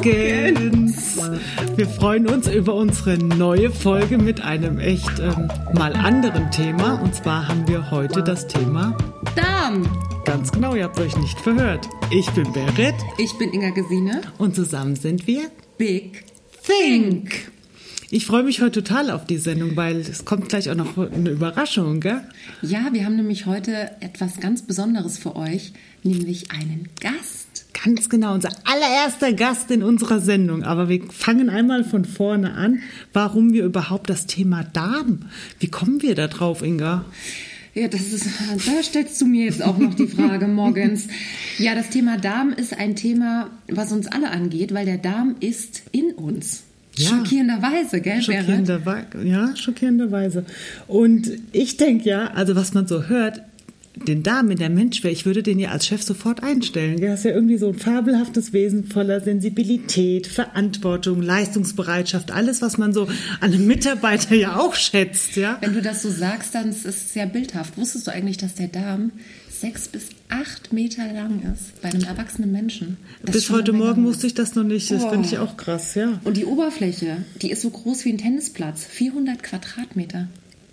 Morgens! Wir freuen uns über unsere neue Folge mit einem echt mal anderen Thema. Und zwar haben wir heute das Thema Darm. Ganz genau, ihr habt euch nicht verhört. Ich bin Berit. Ich bin Inga Gesine. Und zusammen sind wir Big Think. Ich freue mich heute total auf die Sendung, weil es kommt gleich auch noch eine Überraschung, gell? Ja, wir haben nämlich heute etwas ganz Besonderes für euch, nämlich einen Gast. Ganz genau, unser allererster Gast in unserer Sendung. Aber wir fangen einmal von vorne an, warum wir überhaupt das Thema Darm, wie kommen wir da drauf, Inga? Ja, da stellst du mir jetzt auch noch die Frage morgens. Ja, das Thema Darm ist ein Thema, was uns alle angeht, weil der Darm ist in uns. Ja. Schockierenderweise, gell, Berit? Schockierenderweise. Und ich denke ja, also was man so hört, den Darm, wenn der Mensch wäre, ich würde den ja als Chef sofort einstellen. Der ist ja irgendwie so ein fabelhaftes Wesen voller Sensibilität, Verantwortung, Leistungsbereitschaft, alles, was man so an einem Mitarbeiter ja auch schätzt. Ja? Wenn du das so sagst, dann ist es sehr bildhaft. Wusstest du eigentlich, dass der Darm 6 bis 8 Meter lang ist bei einem erwachsenen Menschen? Bis heute Morgen wusste ich das noch nicht. Das finde ich auch krass, ja. Und die Oberfläche, die ist so groß wie ein Tennisplatz. 400 Quadratmeter.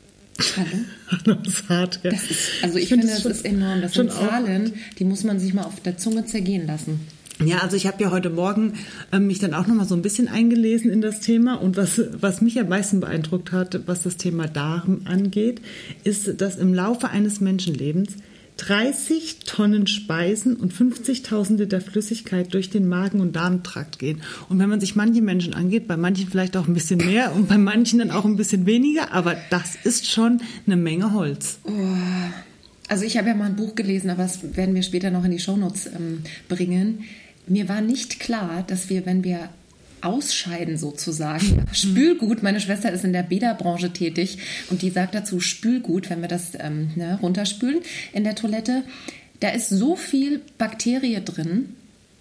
Hallo? Das ist hart, ja. Ich finde, das ist enorm. Das sind Zahlen, die muss man sich mal auf der Zunge zergehen lassen. Ja, also ich habe ja heute Morgen mich dann auch noch mal so ein bisschen eingelesen in das Thema. Und was mich am meisten beeindruckt hat, was das Thema Darm angeht, ist, dass im Laufe eines Menschenlebens 30 Tonnen Speisen und 50.000 Liter Flüssigkeit durch den Magen- und Darmtrakt gehen. Und wenn man sich manche Menschen angeht, bei manchen vielleicht auch ein bisschen mehr und bei manchen dann auch ein bisschen weniger, aber das ist schon eine Menge Holz. Oh. Also ich habe ja mal ein Buch gelesen, aber das werden wir später noch in die Shownotes bringen. Mir war nicht klar, dass wir, wenn wir ausscheiden sozusagen. Spülgut, meine Schwester ist in der Bäderbranche tätig und die sagt dazu Spülgut, wenn wir das runterspülen in der Toilette. Da ist so viel Bakterie drin,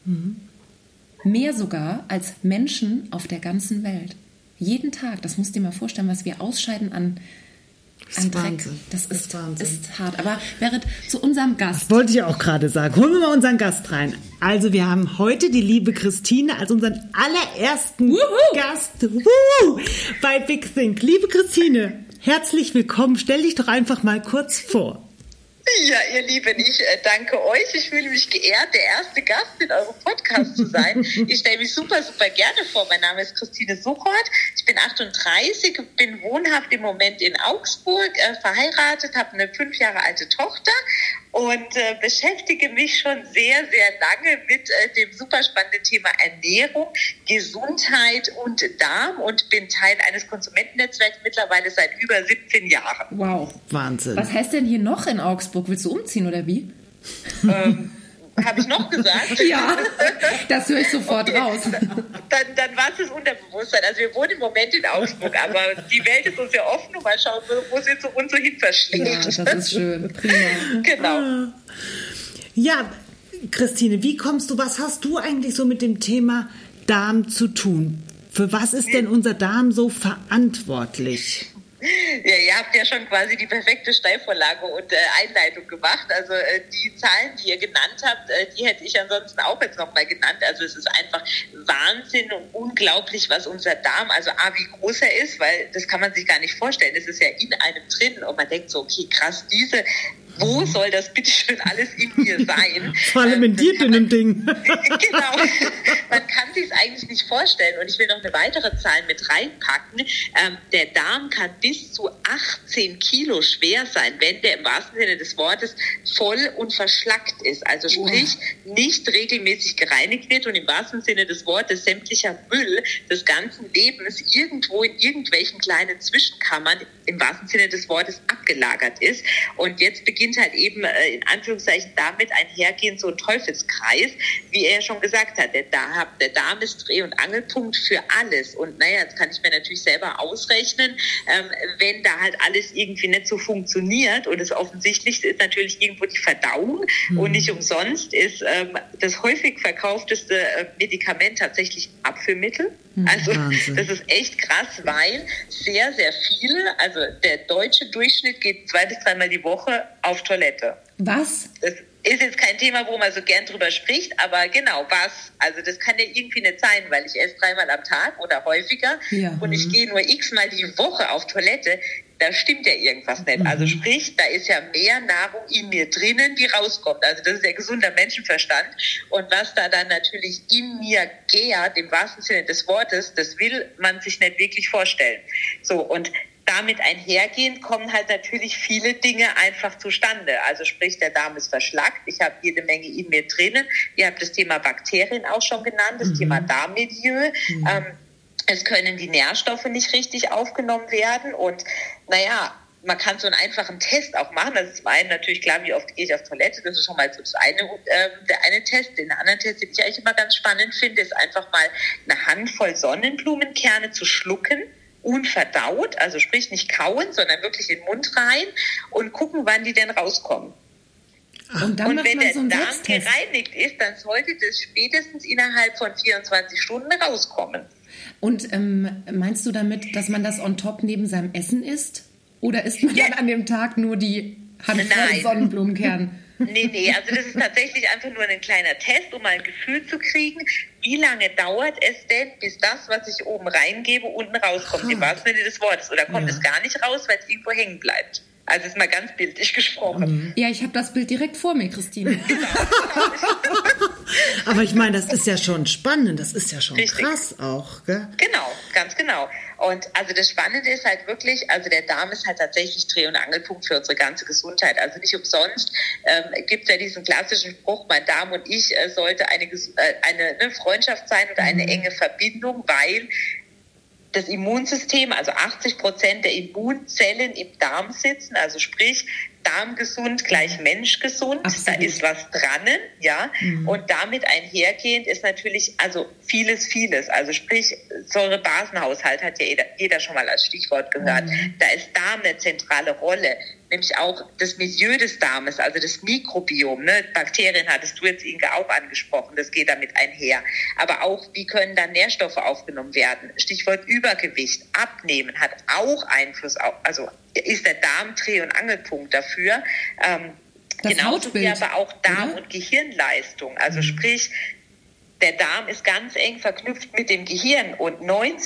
mehr sogar als Menschen auf der ganzen Welt. Jeden Tag, das musst du dir mal vorstellen, was wir ausscheiden an Dreck. Das ist hart. Aber Berit, zu unserem Gast. Das wollte ich auch gerade sagen. Holen wir mal unseren Gast rein. Also wir haben heute die liebe Christine als unseren allerersten Gast bei Big Think. Liebe Christine, herzlich willkommen. Stell dich doch einfach mal kurz vor. Ja, ihr Lieben, ich danke euch. Ich fühle mich geehrt, der erste Gast in eurem Podcast zu sein. Ich stelle mich super, super gerne vor. Mein Name ist Christine Suchert. Ich bin 38, bin wohnhaft im Moment in Augsburg, verheiratet, habe eine 5 Jahre alte Tochter und beschäftige mich schon sehr, sehr lange mit dem super spannenden Thema Ernährung, Gesundheit und Darm und bin Teil eines Konsumentennetzwerks mittlerweile seit über 17 Jahren. Wow. Wahnsinn. Was heißt denn hier noch in Augsburg? Willst du umziehen oder wie? Habe ich noch gesagt? Ja, das höre ich sofort raus. Dann war es das Unterbewusstsein. Also wir wohnen im Moment in Augsburg, aber die Welt ist uns ja offen und mal schauen, wo sie uns so hin verschlägt. Ja, das ist schön. Prima. Genau. Ja, Christine, was hast du eigentlich so mit dem Thema Darm zu tun? Für was ist denn unser Darm so verantwortlich? Ja, ihr habt ja schon quasi die perfekte Steilvorlage und Einleitung gemacht. Also die Zahlen, die ihr genannt habt, die hätte ich ansonsten auch jetzt nochmal genannt. Also es ist einfach Wahnsinn und unglaublich, was unser Darm, also wie groß er ist, weil das kann man sich gar nicht vorstellen. Es ist ja in einem drin und man denkt so, okay, krass, wo soll das bitte schön alles in mir sein? Vor allem in dir dünnem Ding. Genau. Man kann sich es eigentlich nicht vorstellen. Und ich will noch eine weitere Zahl mit reinpacken. Der Darm kann bis zu 18 Kilo schwer sein, wenn der im wahrsten Sinne des Wortes voll und verschlackt ist. Also sprich, nicht regelmäßig gereinigt wird und im wahrsten Sinne des Wortes sämtlicher Müll des ganzen Lebens irgendwo in irgendwelchen kleinen Zwischenkammern im wahrsten Sinne des Wortes abgelagert ist. Und jetzt beginnt halt eben in Anführungszeichen damit einhergehend so ein Teufelskreis, wie er schon gesagt hat. Der Darm ist Dreh- und Angelpunkt für alles. Und naja, jetzt kann ich mir natürlich selber ausrechnen, wenn da halt alles irgendwie nicht so funktioniert und es offensichtlich ist natürlich irgendwo die Verdauung und nicht umsonst ist das häufig verkaufteste Medikament tatsächlich Abführmittel. Also das ist echt krass, weil sehr, sehr viele, also der deutsche Durchschnitt geht 2 bis 3 Mal die Woche auf Toilette. Was? ist jetzt kein Thema, wo man so gern drüber spricht, aber genau, was? Also das kann ja irgendwie nicht sein, weil ich esse 3-mal am Tag oder häufiger und ich gehe nur x-mal die Woche auf Toilette. Da stimmt ja irgendwas nicht. Also sprich, da ist ja mehr Nahrung in mir drinnen, die rauskommt. Also das ist ja gesunder Menschenverstand. Und was da dann natürlich in mir gärt, im wahrsten Sinne des Wortes, das will man sich nicht wirklich vorstellen. So, und damit einhergehend kommen halt natürlich viele Dinge einfach zustande. Also sprich, der Darm ist verschlackt. Ich habe jede Menge in mir drinnen. Ihr habt das Thema Bakterien auch schon genannt, das Thema Darmmilieu. Es können die Nährstoffe nicht richtig aufgenommen werden und naja, man kann so einen einfachen Test auch machen. Das ist zum einen natürlich klar, wie oft gehe ich auf Toilette. Das ist schon mal so der eine Test. Den anderen Test, den ich eigentlich immer ganz spannend finde, ist einfach mal eine Handvoll Sonnenblumenkerne zu schlucken, unverdaut, also sprich nicht kauen, sondern wirklich in den Mund rein und gucken, wann die denn rauskommen. Und wenn der Darm gereinigt ist, dann sollte das spätestens innerhalb von 24 Stunden rauskommen. Und meinst du damit, dass man das on top neben seinem Essen isst? Oder isst man dann an dem Tag nur die Handvoll Sonnenblumenkern? Nee, also das ist tatsächlich einfach nur ein kleiner Test, um mal ein Gefühl zu kriegen, wie lange dauert es denn, bis das, was ich oben reingebe, unten rauskommt, im wahrsten Sinne des Wortes. Oder kommt es gar nicht raus, weil es irgendwo hängen bleibt. Also ist mal ganz bildlich gesprochen. Ja, ich habe das Bild direkt vor mir, Christine. Aber ich meine, das ist ja schon spannend, das ist ja schon krass auch, gell? Genau, ganz genau. Und also das Spannende ist halt wirklich, also der Darm ist halt tatsächlich Dreh- und Angelpunkt für unsere ganze Gesundheit. Also nicht umsonst gibt es ja diesen klassischen Spruch, mein Darm und ich sollte eine Freundschaft sein oder eine enge Verbindung, weil das Immunsystem, also 80% der Immunzellen im Darm sitzen, also sprich Darm gesund gleich Mensch gesund. Absolut. Da ist was dran, ja. Und damit einhergehend ist natürlich also vieles. Also sprich Säurebasenhaushalt hat ja jeder schon mal als Stichwort gehört. Da ist Darm eine zentrale Rolle. Nämlich auch das Milieu des Darmes, also das Mikrobiom. Ne? Bakterien hattest du jetzt, Inge, auch angesprochen, das geht damit einher. Aber auch, wie können dann Nährstoffe aufgenommen werden? Stichwort Übergewicht, Abnehmen hat auch Einfluss auf, also ist der Darm Dreh- und Angelpunkt dafür. Genauso wie aber auch Darm- und Gehirnleistung. Also sprich, der Darm ist ganz eng verknüpft mit dem Gehirn und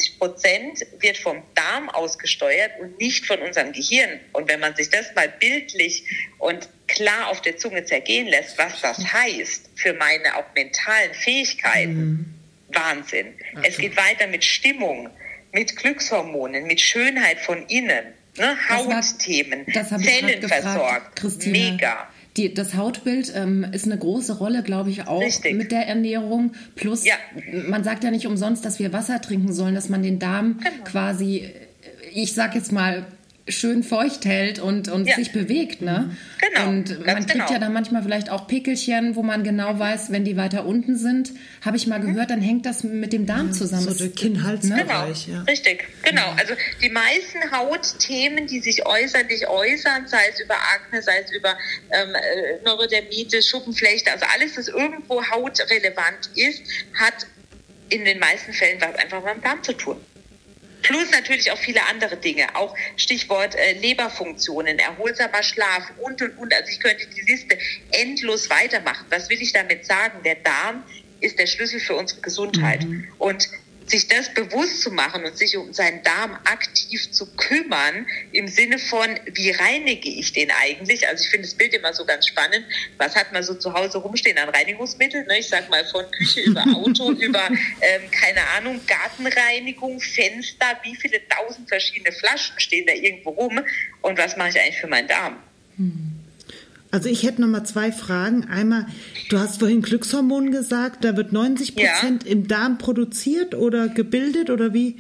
90% wird vom Darm ausgesteuert und nicht von unserem Gehirn. Und wenn man sich das mal bildlich und klar auf der Zunge zergehen lässt, was das heißt für meine auch mentalen Fähigkeiten, Wahnsinn. Okay. Es geht weiter mit Stimmung, mit Glückshormonen, mit Schönheit von innen, ne? Hautthemen, Zellen versorgt, mega. Das Hautbild ist eine große Rolle, glaube ich, auch mit der Ernährung. Plus, man sagt ja nicht umsonst, dass wir Wasser trinken sollen, dass man den Darm quasi, ich sag jetzt mal, schön feucht hält und sich bewegt. Ne? Genau. Und man kriegt ja dann manchmal vielleicht auch Pickelchen, wo man genau weiß, wenn die weiter unten sind, habe ich mal gehört, dann hängt das mit dem Darm zusammen. So der Kinn-Hals-Bereich. Genau, richtig. Genau. Also die meisten Hautthemen, die sich äußerlich äußern, sei es über Akne, sei es über Neurodermitis, Schuppenflechte, also alles, was irgendwo hautrelevant ist, hat in den meisten Fällen was einfach mit dem Darm zu tun. Plus natürlich auch viele andere Dinge, auch Stichwort Leberfunktionen, erholsamer Schlaf und. Also ich könnte die Liste endlos weitermachen. Was will ich damit sagen? Der Darm ist der Schlüssel für unsere Gesundheit. Und sich das bewusst zu machen und sich um seinen Darm aktiv zu kümmern, im Sinne von, wie reinige ich den eigentlich? Also ich finde das Bild immer so ganz spannend. Was hat man so zu Hause rumstehen an Reinigungsmitteln? Ne? Ich sag mal von Küche über Auto, über, keine Ahnung, Gartenreinigung, Fenster, wie viele 1000 verschiedene Flaschen stehen da irgendwo rum? Und was mache ich eigentlich für meinen Darm? Also ich hätte noch mal 2 Fragen. Einmal, du hast vorhin Glückshormon gesagt, da wird 90% im Darm produziert oder gebildet oder wie?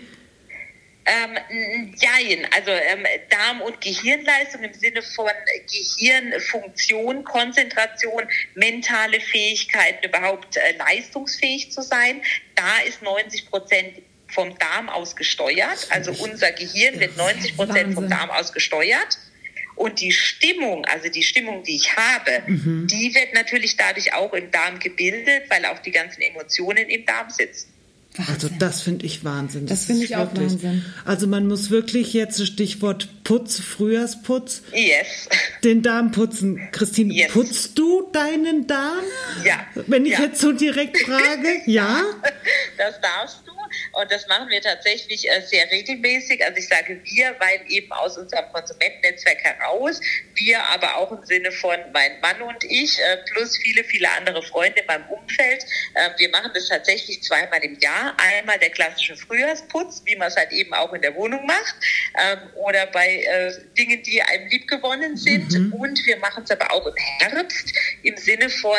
Jein, also Darm- und Gehirnleistung im Sinne von Gehirnfunktion, Konzentration, mentale Fähigkeiten, überhaupt leistungsfähig zu sein. Da ist 90% vom Darm aus gesteuert. Also unser Gehirn wird 90% vom Darm aus gesteuert. Und die Stimmung, also die Stimmung, die ich habe, die wird natürlich dadurch auch im Darm gebildet, weil auch die ganzen Emotionen im Darm sitzen. Wahnsinn. Also das finde ich Wahnsinn. Das finde ich auch Wahnsinn. Also man muss wirklich jetzt Stichwort Putz, Frühjahrsputz. Yes. Den Darm putzen. Christine, Yes. Putzt du deinen Darm? Ja. Wenn ich jetzt so direkt frage, ja? Das darfst du. Und das machen wir tatsächlich sehr regelmäßig. Also ich sage wir, weil eben aus unserem Konsumentennetzwerk heraus, wir aber auch im Sinne von mein Mann und ich, plus viele, viele andere Freunde in meinem Umfeld. Wir machen das tatsächlich 2-mal im Jahr. Einmal der klassische Frühjahrsputz, wie man es halt eben auch in der Wohnung macht, oder bei Dingen, die einem liebgewonnen sind. Und wir machen es aber auch im Herbst im Sinne von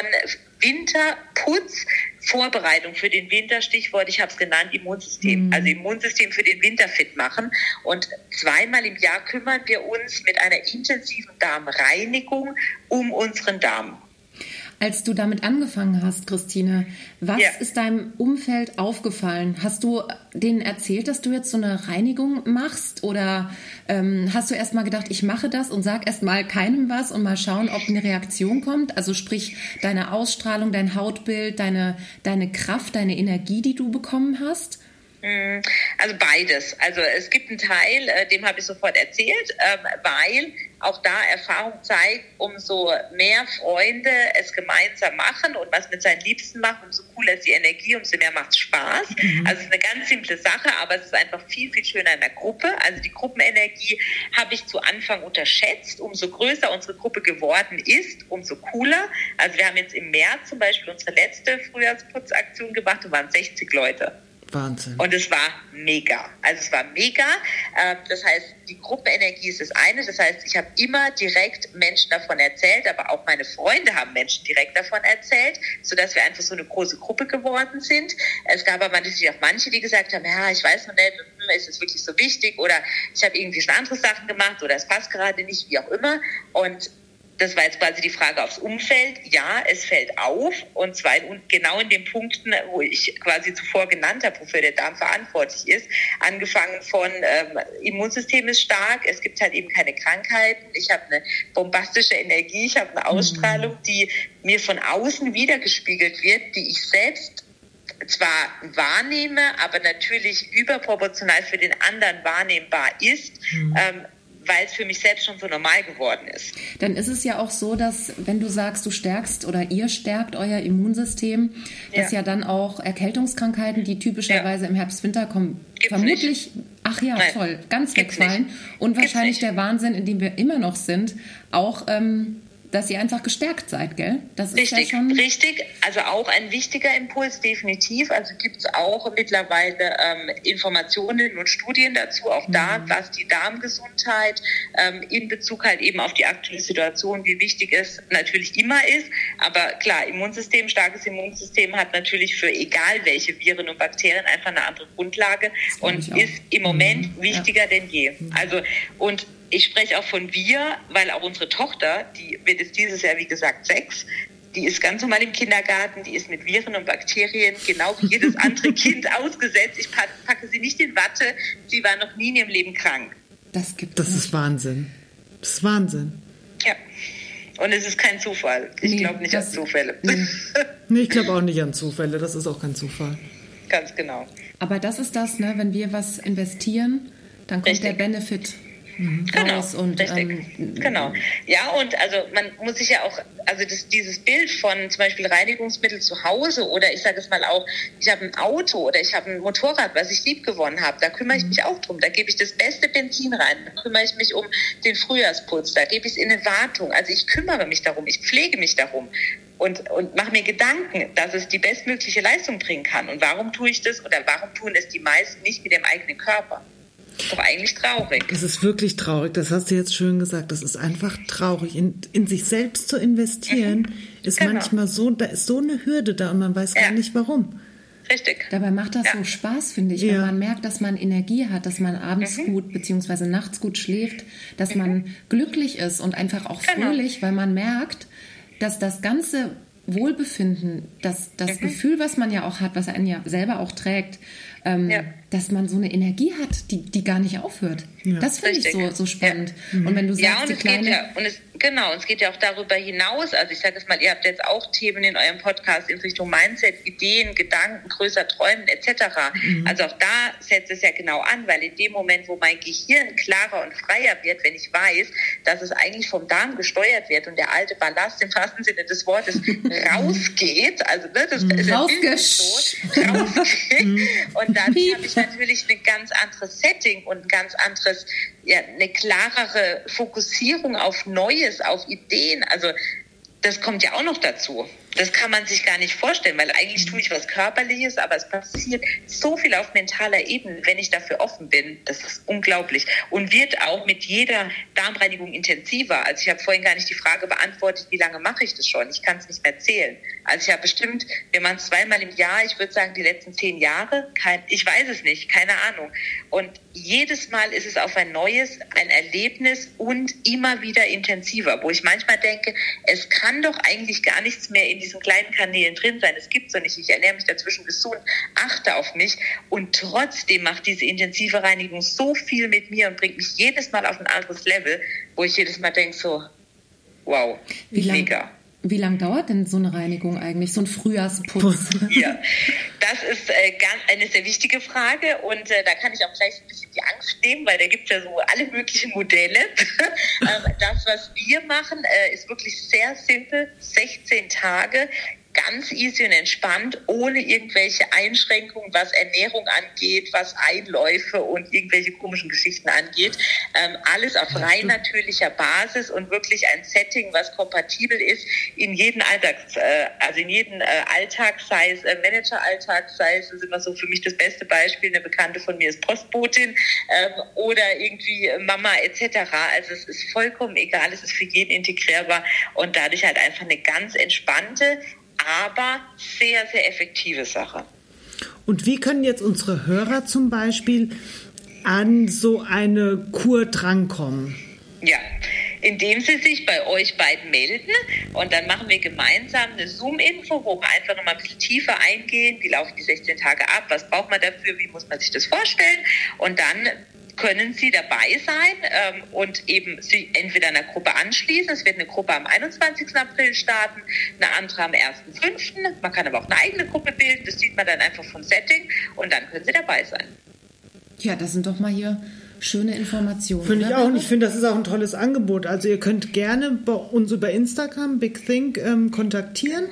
Winterputz, Vorbereitung für den Winter, Stichwort, ich habe es genannt, Immunsystem. Also Immunsystem für den Winter fit machen. Und 2-mal im Jahr kümmern wir uns mit einer intensiven Darmreinigung um unseren Darm. Als du damit angefangen hast, Christine, was ist deinem Umfeld aufgefallen? Hast du denen erzählt, dass du jetzt so eine Reinigung machst? Oder hast du erst mal gedacht, ich mache das und sag erst mal keinem was und mal schauen, ob eine Reaktion kommt? Also sprich, deine Ausstrahlung, dein Hautbild, deine Kraft, deine Energie, die du bekommen hast? Also beides. Also es gibt einen Teil, dem habe ich sofort erzählt, weil auch da Erfahrung zeigt, umso mehr Freunde es gemeinsam machen und was mit seinen Liebsten machen, umso cooler ist die Energie, umso mehr macht es Spaß. Also es ist eine ganz simple Sache, aber es ist einfach viel, viel schöner in der Gruppe. Also die Gruppenenergie habe ich zu Anfang unterschätzt. Umso größer unsere Gruppe geworden ist, umso cooler. Also wir haben jetzt im März zum Beispiel unsere letzte Frühjahrsputzaktion gemacht und waren 60 Leute. Wahnsinn. Und es war mega. Also es war mega. Das heißt, die Gruppenenergie ist das eine. Das heißt, ich habe immer direkt Menschen davon erzählt, aber auch meine Freunde haben Menschen direkt davon erzählt, sodass wir einfach so eine große Gruppe geworden sind. Es gab aber natürlich auch manche, die gesagt haben, ja, ich weiß noch nicht, ist es wirklich so wichtig oder ich habe irgendwie schon andere Sachen gemacht oder es passt gerade nicht, wie auch immer. Und das war jetzt quasi die Frage aufs Umfeld. Ja, es fällt auf. Und zwar genau in den Punkten, wo ich quasi zuvor genannt habe, wofür der Darm verantwortlich ist. Angefangen von Immunsystem ist stark. Es gibt halt eben keine Krankheiten. Ich habe eine bombastische Energie. Ich habe eine Ausstrahlung, die mir von außen wiedergespiegelt wird, die ich selbst zwar wahrnehme, aber natürlich überproportional für den anderen wahrnehmbar ist, weil es für mich selbst schon so normal geworden ist. Dann ist es ja auch so, dass wenn du sagst, du stärkst oder ihr stärkt euer Immunsystem, dass ja dann auch Erkältungskrankheiten, die typischerweise im Herbst, Winter kommen, Gibt's vermutlich, Nein. toll, ganz Gibt's wegfallen. nicht. Und Gibt's wahrscheinlich nicht. der Wahnsinn, in dem wir immer noch sind, auch dass ihr einfach gestärkt seid, gell? Das ist Richtig, ja schon richtig. Also auch ein wichtiger Impuls, definitiv. Also gibt es auch mittlerweile Informationen und Studien dazu, auch da, was die Darmgesundheit in Bezug halt eben auf die aktuelle Situation, wie wichtig es natürlich immer ist. Aber klar, Immunsystem, starkes Immunsystem hat natürlich für egal welche Viren und Bakterien einfach eine andere Grundlage und ist im Moment wichtiger denn je. Also und ich spreche auch von wir, weil auch unsere Tochter, die wird jetzt dieses Jahr, wie gesagt, 6, die ist ganz normal im Kindergarten, die ist mit Viren und Bakterien genau wie jedes andere Kind ausgesetzt. Ich packe sie nicht in Watte, sie war noch nie in ihrem Leben krank. das gibt Das ist Wahnsinn. Das ist Wahnsinn. Ja, und es ist kein Zufall. Ich glaube nicht an Zufälle. Nee, ich glaube auch nicht an Zufälle. Das ist auch kein Zufall. Ganz genau. Aber das ist das, ne? Wenn wir was investieren, dann kommt Richtig. der Benefit Genau, raus. Und, richtig. Genau. Ja, und also man muss sich ja auch, also dieses Bild von zum Beispiel Reinigungsmittel zu Hause oder ich sage es mal auch, ich habe ein Auto oder ich habe ein Motorrad, was ich lieb gewonnen habe, da kümmere ich mich auch drum. Da gebe ich das beste Benzin rein, da kümmere ich mich um den Frühjahrsputz, da gebe ich es in eine Wartung. Also ich kümmere mich darum, ich pflege mich darum. Und mache mir Gedanken, dass es die bestmögliche Leistung bringen kann. Und warum tue ich das oder warum tun es die meisten nicht mit dem eigenen Körper? Doch eigentlich traurig. Es ist wirklich traurig, das hast du jetzt schön gesagt. Das ist einfach traurig. In sich selbst zu investieren, ist manchmal so, da ist so eine Hürde da und man weiß gar nicht warum. Richtig. Dabei macht das so Spaß, finde ich, wenn man merkt, dass man Energie hat, dass man abends gut bzw. nachts gut schläft, dass man glücklich ist und einfach auch fröhlich, weil man merkt, dass das ganze Wohlbefinden, das Gefühl, was man ja auch hat, was einen ja selber auch trägt, dass man so eine Energie hat, die gar nicht aufhört. Ja. Das finde ich so spannend. Ja. Und wenn du sagst, es geht ja auch darüber hinaus. Also ich sage es mal, ihr habt jetzt auch Themen in eurem Podcast in Richtung Mindset, Ideen, Gedanken, größer träumen etc. Also auch da setzt es ja genau an, weil in dem Moment, wo mein Gehirn klarer und freier wird, wenn ich weiß, dass es eigentlich vom Darm gesteuert wird und der alte Ballast im wahrsten Sinne des Wortes rausgeht, also das ist rausgeht, und dadurch habe ich natürlich ein ganz anderes Setting und ein ganz anderes, eine klarere Fokussierung auf Neues, auf Ideen. Also das kommt ja auch noch dazu. Das kann man sich gar nicht vorstellen, weil eigentlich tue ich was Körperliches, aber es passiert so viel auf mentaler Ebene, wenn ich dafür offen bin. Das ist unglaublich und wird auch mit jeder Darmreinigung intensiver. Also ich habe vorhin gar nicht die Frage beantwortet, wie lange mache ich das schon? Ich kann es nicht mehr zählen. Also ich habe bestimmt, wir machen es 2-mal im Jahr, ich würde sagen die letzten 10 Jahre, ich weiß es nicht, keine Ahnung. Und jedes Mal ist es auf ein neues, ein Erlebnis und immer wieder intensiver, wo ich manchmal denke, es kann doch eigentlich gar nichts mehr in diesen kleinen Kanälen drin sein. Es gibt's doch nicht. Ich ernähre mich dazwischen gesund, achte auf mich und trotzdem macht diese intensive Reinigung so viel mit mir und bringt mich jedes Mal auf ein anderes Level, wo ich jedes Mal denke so, wow, mega. Wie lange dauert denn so eine Reinigung eigentlich, so ein Frühjahrsputz? Ja, das ist eine sehr wichtige Frage und da kann ich auch gleich ein bisschen die Angst nehmen, weil da gibt es ja so alle möglichen Modelle. Das, was wir machen, ist wirklich sehr simpel, 16 Tage, ganz easy und entspannt, ohne irgendwelche Einschränkungen, was Ernährung angeht, was Einläufe und irgendwelche komischen Geschichten angeht. Alles auf rein natürlicher Basis und wirklich ein Setting, was kompatibel ist in jeden Alltag, sei es Manager-Alltag, sei es, das ist immer so für mich das beste Beispiel, eine Bekannte von mir ist Postbotin oder irgendwie Mama etc. Also es ist vollkommen egal, es ist für jeden integrierbar und dadurch halt einfach eine ganz entspannte, aber sehr, sehr effektive Sache. Und wie können jetzt unsere Hörer zum Beispiel an so eine Kur drankommen? Ja, indem sie sich bei euch beiden melden und dann machen wir gemeinsam eine Zoom-Info, wo wir einfach nochmal ein bisschen tiefer eingehen, wie laufen die 16 Tage ab, was braucht man dafür, wie muss man sich das vorstellen und dann können Sie dabei sein und eben Sie entweder einer Gruppe anschließen. Es wird eine Gruppe am 21. April starten, eine andere am 1.5. Man kann aber auch eine eigene Gruppe bilden. Das sieht man dann einfach vom Setting und dann können Sie dabei sein. Ja, das sind doch mal hier schöne Informationen. Finde ich auch. Und ich finde, das ist auch ein tolles Angebot. Also ihr könnt gerne bei uns über Instagram Big Think kontaktieren.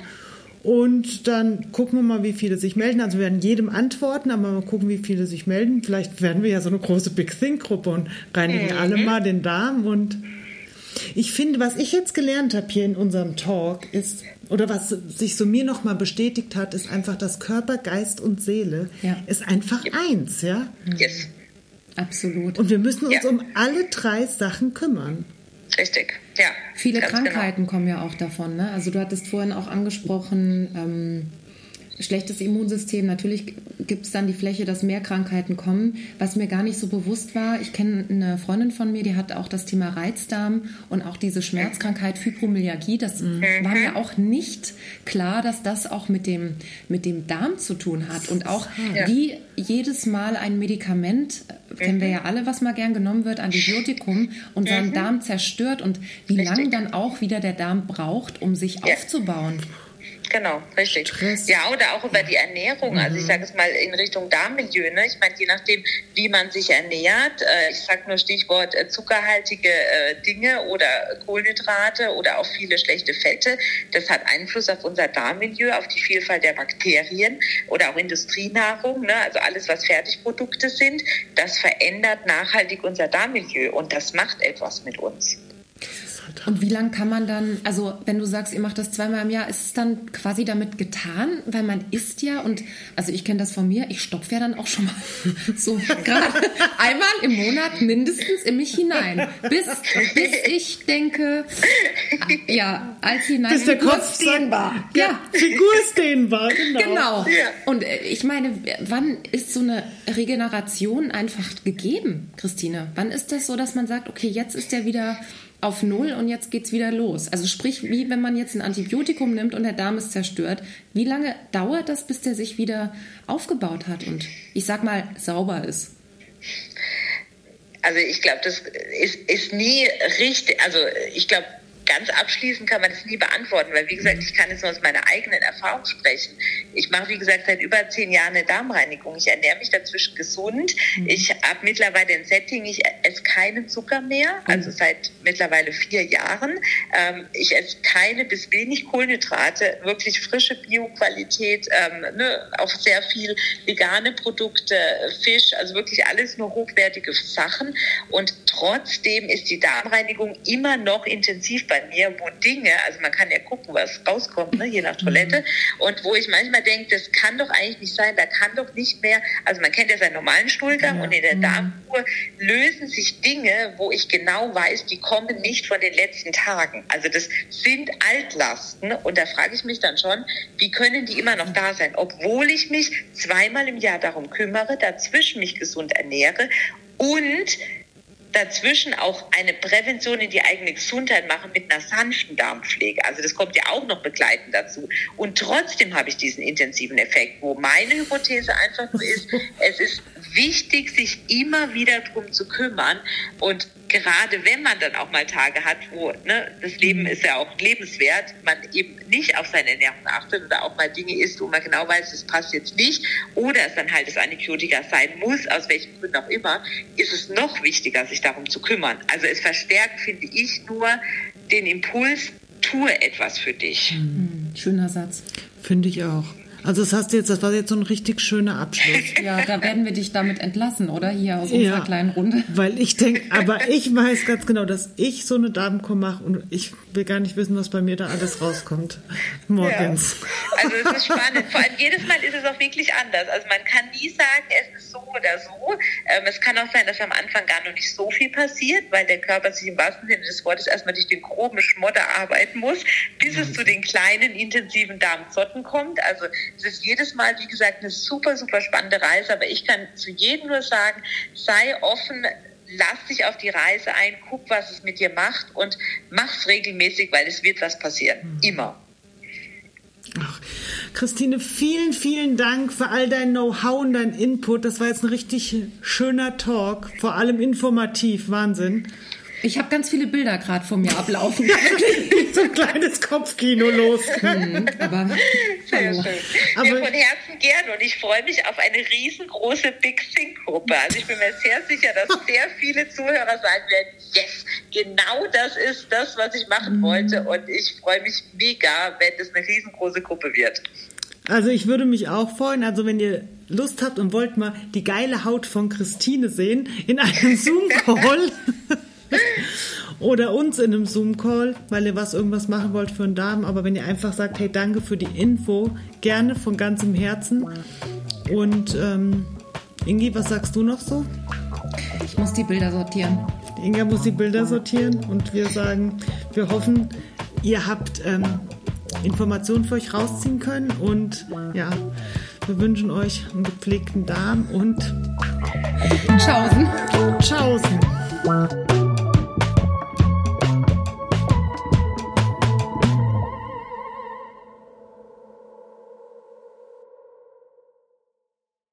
Und dann gucken wir mal, wie viele sich melden. Also wir werden jedem antworten, aber mal gucken, wie viele sich melden. Vielleicht werden wir ja so eine große Big Think-Gruppe und reinigen alle mal den Darm. Und ich finde, was ich jetzt gelernt habe hier in unserem Talk ist, oder was sich so mir nochmal bestätigt hat, ist einfach, dass Körper, Geist und Seele ist einfach eins, ja? Yes. Absolut. Und wir müssen uns um alle 3 Sachen kümmern. Richtig, ja. Viele Krankheiten kommen ja auch davon, ne? Also du hattest vorhin auch angesprochen, schlechtes Immunsystem. Natürlich gibt es dann die Fläche, dass mehr Krankheiten kommen. Was mir gar nicht so bewusst war, ich kenne eine Freundin von mir, die hat auch das Thema Reizdarm und auch diese Schmerzkrankheit Fibromyalgie. Das war mir auch nicht klar, dass das auch mit dem Darm zu tun hat. Und auch wie jedes Mal ein Medikament, kennen wir ja alle, was mal gern genommen wird, Antibiotikum, unseren Darm zerstört und wie lange dann auch wieder der Darm braucht, um sich aufzubauen. Genau, richtig. Stress. Ja, oder auch über die Ernährung. Also ich sage es mal in Richtung Darmmilieu. Ne? Ich meine, je nachdem, wie man sich ernährt, ich sage nur Stichwort zuckerhaltige Dinge oder Kohlenhydrate oder auch viele schlechte Fette, das hat Einfluss auf unser Darmmilieu, auf die Vielfalt der Bakterien oder auch Industrienahrung, ne? Also alles, was Fertigprodukte sind, das verändert nachhaltig unser Darmmilieu und das macht etwas mit uns. Und wie lange kann man dann, also wenn du sagst, ihr macht das 2-mal im Jahr, ist es dann quasi damit getan? Weil man isst ja und, also ich kenne das von mir, ich stopfe ja dann auch schon mal so gerade einmal im Monat mindestens in mich hinein. Bis ich denke, als hinein. Bis der Kopf dehnbar. Ja, Figur ist dehnbar, genau. Und ich meine, wann ist so eine Regeneration einfach gegeben, Christine? Wann ist das so, dass man sagt, okay, jetzt ist der wieder auf Null und jetzt geht's wieder los. Also sprich, wie wenn man jetzt ein Antibiotikum nimmt und der Darm ist zerstört. Wie lange dauert das, bis der sich wieder aufgebaut hat und ich sag mal sauber ist? Also ich glaube, das ist nie richtig, also ich glaube, ganz abschließend kann man das nie beantworten, weil wie gesagt, ich kann jetzt nur aus meiner eigenen Erfahrung sprechen. Ich mache, wie gesagt, seit über 10 Jahren eine Darmreinigung. Ich ernähre mich dazwischen gesund. Ich habe mittlerweile ein Setting, ich esse keinen Zucker mehr, also seit mittlerweile 4 Jahren. Ich esse keine bis wenig Kohlenhydrate, wirklich frische Bio-Qualität, auch sehr viel vegane Produkte, Fisch, also wirklich alles nur hochwertige Sachen. Und trotzdem ist die Darmreinigung immer noch intensiv bei mir, wo Dinge, also man kann ja gucken, was rauskommt, ne, je nach Toilette, und wo ich manchmal denke, das kann doch eigentlich nicht sein, da kann doch nicht mehr, also man kennt ja seinen normalen Stuhlgang und in der Darmkur lösen sich Dinge, wo ich genau weiß, die kommen nicht von den letzten Tagen. Also das sind Altlasten und da frage ich mich dann schon, wie können die immer noch da sein, obwohl ich mich 2-mal im Jahr darum kümmere, dazwischen mich gesund ernähre und dazwischen auch eine Prävention in die eigene Gesundheit machen mit einer sanften Darmpflege. Also das kommt ja auch noch begleitend dazu. Und trotzdem habe ich diesen intensiven Effekt, wo meine Hypothese einfach nur ist, es ist wichtig, sich immer wieder drum zu kümmern. Und gerade wenn man dann auch mal Tage hat, wo das Leben ist ja auch lebenswert, man eben nicht auf seine Ernährung achtet oder auch mal Dinge isst, wo man genau weiß, das passt jetzt nicht, oder es dann halt das Antibiotika sein muss, aus welchen Gründen auch immer, ist es noch wichtiger, sich darum zu kümmern. Also es verstärkt, finde ich, nur den Impuls, tue etwas für dich. Schöner Satz. Finde ich auch. Also das war jetzt so ein richtig schöner Abschluss. Ja, da werden wir dich damit entlassen, oder? Hier aus unserer kleinen Runde. Weil ich denke, aber ich weiß ganz genau, dass ich so eine Darmkur mache und ich will gar nicht wissen, was bei mir da alles rauskommt morgens. Ja. Also es ist spannend. Vor allem jedes Mal ist es auch wirklich anders. Also man kann nie sagen, es ist so oder so. Es kann auch sein, dass am Anfang gar noch nicht so viel passiert, weil der Körper sich im wahrsten Sinne des Wortes erstmal durch den groben Schmodder arbeiten muss, bis es zu den kleinen, intensiven Darmzotten kommt. Also es ist jedes Mal, wie gesagt, eine super, super spannende Reise, aber ich kann zu jedem nur sagen, sei offen, lass dich auf die Reise ein, guck, was es mit dir macht und mach's regelmäßig, weil es wird was passieren. Immer. Ach, Christine, vielen, vielen Dank für all dein Know-how und dein Input. Das war jetzt ein richtig schöner Talk, vor allem informativ. Wahnsinn. Ich habe ganz viele Bilder gerade vor mir ablaufen. So ein kleines Kopfkino los. Aber sehr schön. Aber von Herzen gern und ich freue mich auf eine riesengroße Big Think-Gruppe. Also ich bin mir sehr sicher, dass sehr viele Zuhörer sagen werden, yes, genau das ist das, was ich machen wollte und ich freue mich mega, wenn es eine riesengroße Gruppe wird. Also ich würde mich auch freuen, also wenn ihr Lust habt und wollt mal die geile Haut von Christine sehen in einem Zoom-Call oder uns in einem Zoom-Call, weil ihr irgendwas machen wollt für einen Darm, aber wenn ihr einfach sagt, hey, danke für die Info, gerne von ganzem Herzen. Und Ingi, was sagst du noch so? Ich muss die Bilder sortieren. Die Inga muss die Bilder sortieren und wir sagen, wir hoffen, ihr habt Informationen für euch rausziehen können und ja, wir wünschen euch einen gepflegten Darm und Tschaußen. Tschaußen.